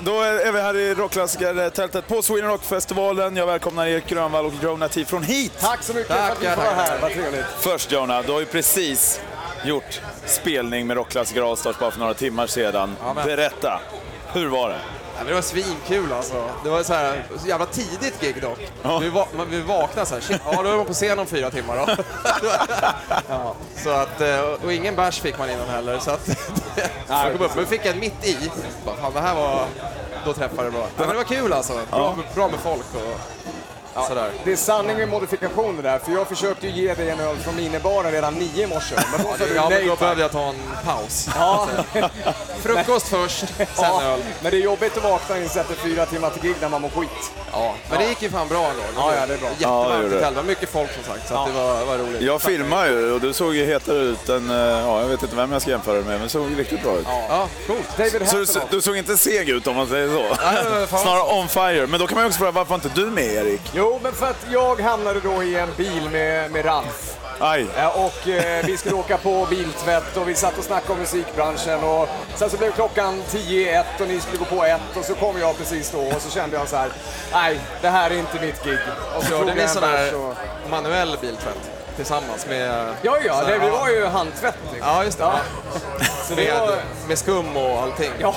Då är vi här i rockklassiker-tältet på Sweden Rock-festivalen. Jag välkomnar Erik Grönvall och Jonah T från hit. Tack så mycket för att du får vara här, vad trevligt. Först Jonah, du har ju precis gjort spelning med rockklassiker Allstars bara för några timmar sedan. Ja, berätta, hur var det? Ja, det var svinkul alltså. Det var så jävla tidigt gig dock. Ja. Vi vaknade så här, shit, ja då är man på scen om 4 timmar då. Ja, så att, och ingen bärs fick man innan heller. Så att, men vi fick en mitt i. Fan, det här var, då träffade det bra. Men det var kul alltså, bra med folk och... Ja, sådär. Det är sanning med modifikationer där, för jag försökte ju ge dig en öl från minibaren redan 9 i morse. Men då behövde jag ta en paus. Ja. Frukost först, sen öl. Men det är jobbigt att vakna och inse efter 4 timmar till gig när man mår skit. Ja, men det gick ju fan bra ändå. Ja, det är bra. Jättevarmt det var mycket folk som sagt, så att det var roligt. Jag filmar ju och du såg ju hetare ut än, jag vet inte vem jag ska jämföra det med, men det såg riktigt bra ut. Ja, coolt. David så du såg inte seg ut om man säger så. Snarare on fire. Men då kan man ju också fråga, varför var inte du med, Erik? Jo, men för att jag hamnade då i en bil med Ralf. Aj. Och vi skulle åka på biltvätt och vi satt och snackade om musikbranschen och sen så blev klockan 10:01 och ni skulle gå på 1 och så kom jag precis då och så kände jag så här: nej, det här är inte mitt gig. Och så gjorde ni sån här manuell biltvätt tillsammans med... Ja, det var ju handtvätt. Liksom. Ja, just det. Ja. Så med skum och allting. Ja.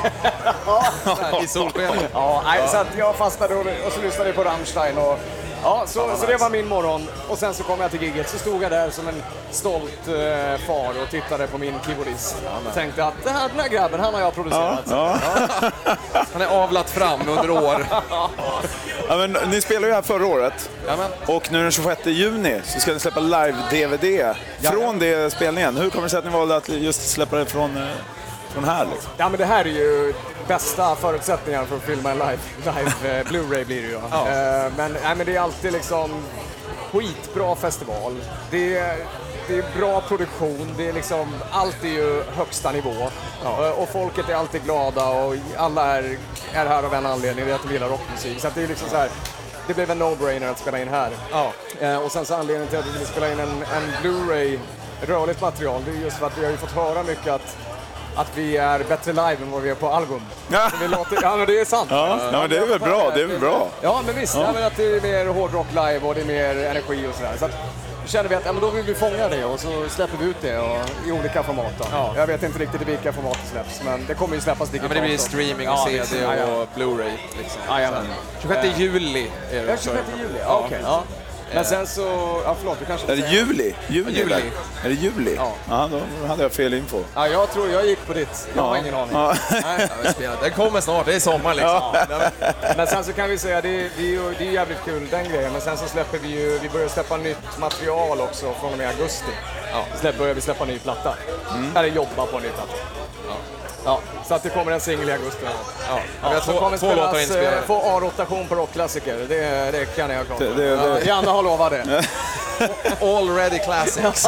I solskenet. Ja, så att jag fastnade och så lyssnade jag på Rammstein och ja, så det var min morgon. Och sen så kom jag till gigget, så stod jag där som en stolt far och tittade på min keyboardist. Och tänkte att den här grabben, han har jag producerat. Ja. Han är avlat fram under år. Ja, men ni spelade ju här förra året. Jamen. Och nu den 26 juni så ska ni släppa live-DVD från det spelningen. Hur kommer det sig att ni valde att just släppa det från här? Liksom? Ja, men det här är ju bästa förutsättningar för att filma en live Blu-ray blir det ju. Ja. Men det är alltid liksom skitbra festival. Det är bra produktion, det är liksom, allt är ju högsta nivå. Ja. Och folket är alltid glada och alla är här av en anledning, det är att de gillar rockmusik. Så att det är liksom så här, det blev en no-brainer att spela in här. Ja. Och sen så anledningen till att vi ville spela in en Blu-ray rörligt material, det är just för att vi har ju fått höra mycket att vi är bättre live än vad vi är på album. Ja, men det är sant. Ja, men det är väl bra, det är väl bra. Ja, men visst, ja. Men att det är mer hårdrock live och det är mer energi och sådär. Så att känner vi att men då vill vi fånga det och så släpper vi ut det i olika format. Ja. Jag vet inte riktigt i vilka format det släpps, men det kommer ju släppas digitalt. Ja, men det blir streaming och CD och Blu-ray. Liksom. 26 juli är det. 26 juli, okej. Ja. Men sen så, förlåt, du kanske... Är det juli? Juli. Är det juli? Ja, då hade jag fel info. Ja, jag tror jag gick på ditt. Jag har ingen aning. Ja. Nej. Det kommer snart, det är sommar liksom. Ja. Men sen så kan vi säga, det är jävligt kul den grejen. Men sen så släpper vi börjar släppa nytt material också från och med augusti. Ja. Börjar vi släppa ny platta. Eller jobba på en ny platta. Ja, så att det kommer en singel i augusti. Ja, så kommer två låtar inspelade. Få A-rotation på rockklassiker, det kan jag klart. Janne har lovat det. Already classics.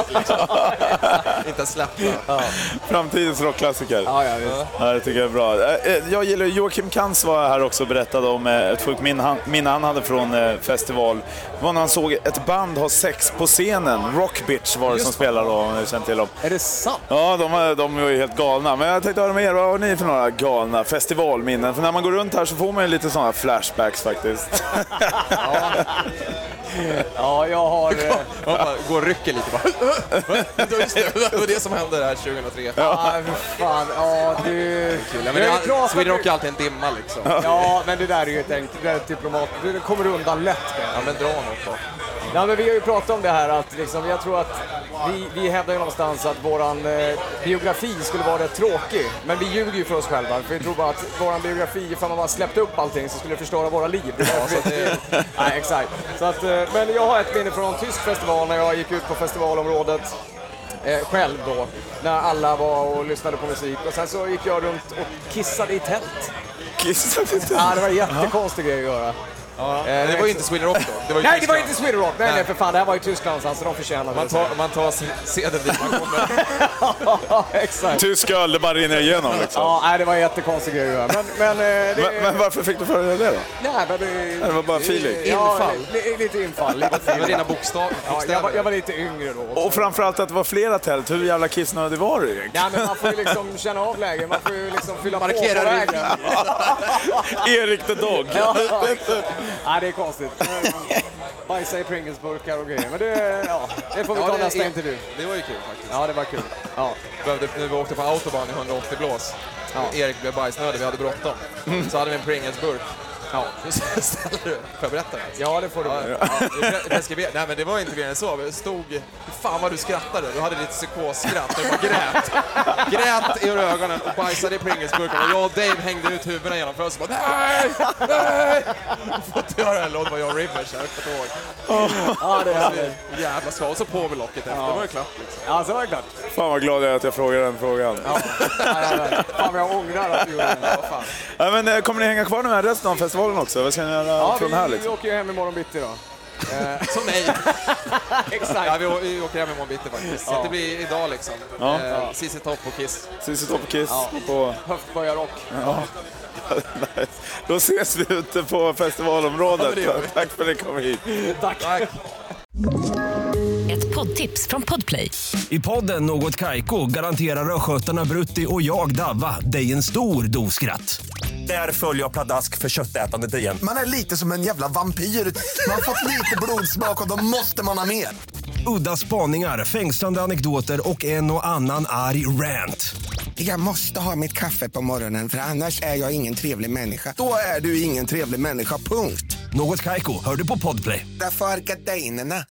Inte släppta. Ja. Framtidens rockklassiker. Ja, det tycker jag är bra. Jag gillar Joakim Kans var här också och berättade om ett sjukt minne han hade från festival. Det var när han såg ett band ha sex på scenen. Rock Bitch var det som spelade då, om ni känner till dem. Är det sant? Ja, de var ju helt galna. Men jag tänkte höra med er, vad har ni för några galna festivalminnen? För när man går runt här så får man ju lite sådana flashbacks faktiskt. Ja, jag har... Går och rycker lite bara. Det var det som hände här 2003. Ja, fan. Ja, det är kul. Sweden Rock är alltid en dimma liksom. Ja, men det där är ju ett enkelt. Det är ett diplomat. Det kommer undan lätt med. Ja, men dra något då. Ja, men vi har ju pratat om det här att liksom, jag tror att vi hävdar ju någonstans att våran biografi skulle vara rätt tråkig. Men vi ljuger ju för oss själva. För vi tror bara att våran biografi, ifall man bara släppte upp allting så skulle det förstöra våra liv. Nej, exakt. Så att, men jag har ett minne från en tysk festival när jag gick ut på festivalområdet själv då. När alla var och lyssnade på musik. Och sen så gick jag runt och kissade i tält. Kissade i tält? Ja, det var en jättekonstig grej att göra. Det var ju inte Sweden Rock då. Det var ju Nej, det Tyskland. var inte Sweden Rock. Nej, för fan, det här var ju Tyskland, så alltså, de förtjänar Man tar seden dit man kommer. Ja, exakt. Tysk öl, det bara rinner igenom liksom. Ja, nej, det var en jättekonstig grej. Men varför fick du för dig det då? Nej, men Det var bara feeling. Infall. Lite infall. Det var dina bokstäver. Ja, jag var lite yngre då också. Och framförallt att det var flera tält. Hur jävla kissnödig var du egentligen? Nej, men man får ju liksom känna av läget. Man får ju liksom fylla Markera på vägen. Erik the Dog. Ja, nej, det är konstigt. Bajsa i Pringles-burkar och grejer. Men det får vi ta nästa intervju. Det var ju kul faktiskt. Ja, det var kul. Ja. När vi åkte på autobahn i 180 blås. Erik blev bajsnödig, vi hade bråttom. Så hade vi en Pringles-burk. Ja, ställer du. Får jag berätta det? Ja, det får du. Nej, men det var inte mer än så. Vi stod... Fan vad du skrattade. Du hade lite psykosskratt. Du bara grät. Grät i ögonen och bajsade i Pringles-burken. Och jag och Dave hängde ut huvudena genom fönstret. Nej! Får inte göra det. Och det var jag och Rivers. Jag vet inte ihåg. Ja, det är Jävla svar. Och så på med locket efter. Det var ju klart. Liksom. Ja, så var det klart. Fan vad glad jag är att jag frågade den frågan. Ja. Fan vad jag ångrar att vi gjorde det. Fan. Ja, men kommer ni hänga kvar med här resten av festivalen också? Vad ska ni göra från här vi liksom? åker ju hem imorgon bitti då. Som mig. Exakt. Ja, vi åker hem imorgon bitti faktiskt. Så det blir idag liksom. Cissi Topp och Kiss. Cissi Topp och Kiss. Och... Höftböjarrock. Ja. Nice. Då ses vi ute på festivalområdet. Tack för att ni kom hit. Tack. Ett poddtips från Podplay. I podden Något Kaiko garanterar skötarna Brutti och jag Davva dig en stor doskratt. Där följer jag pladask för köttätandet igen. Man är lite som en jävla vampyr. Man har fått lite blodsmak och då måste man ha mer. Udda spaningar, fängslande anekdoter och en och annan arg rant. Jag måste ha mitt kaffe på morgonen för annars är jag ingen trevlig människa. Då är du ingen trevlig människa, punkt. Något Kaiko, hör du på Podplay. Därför är gardinerna.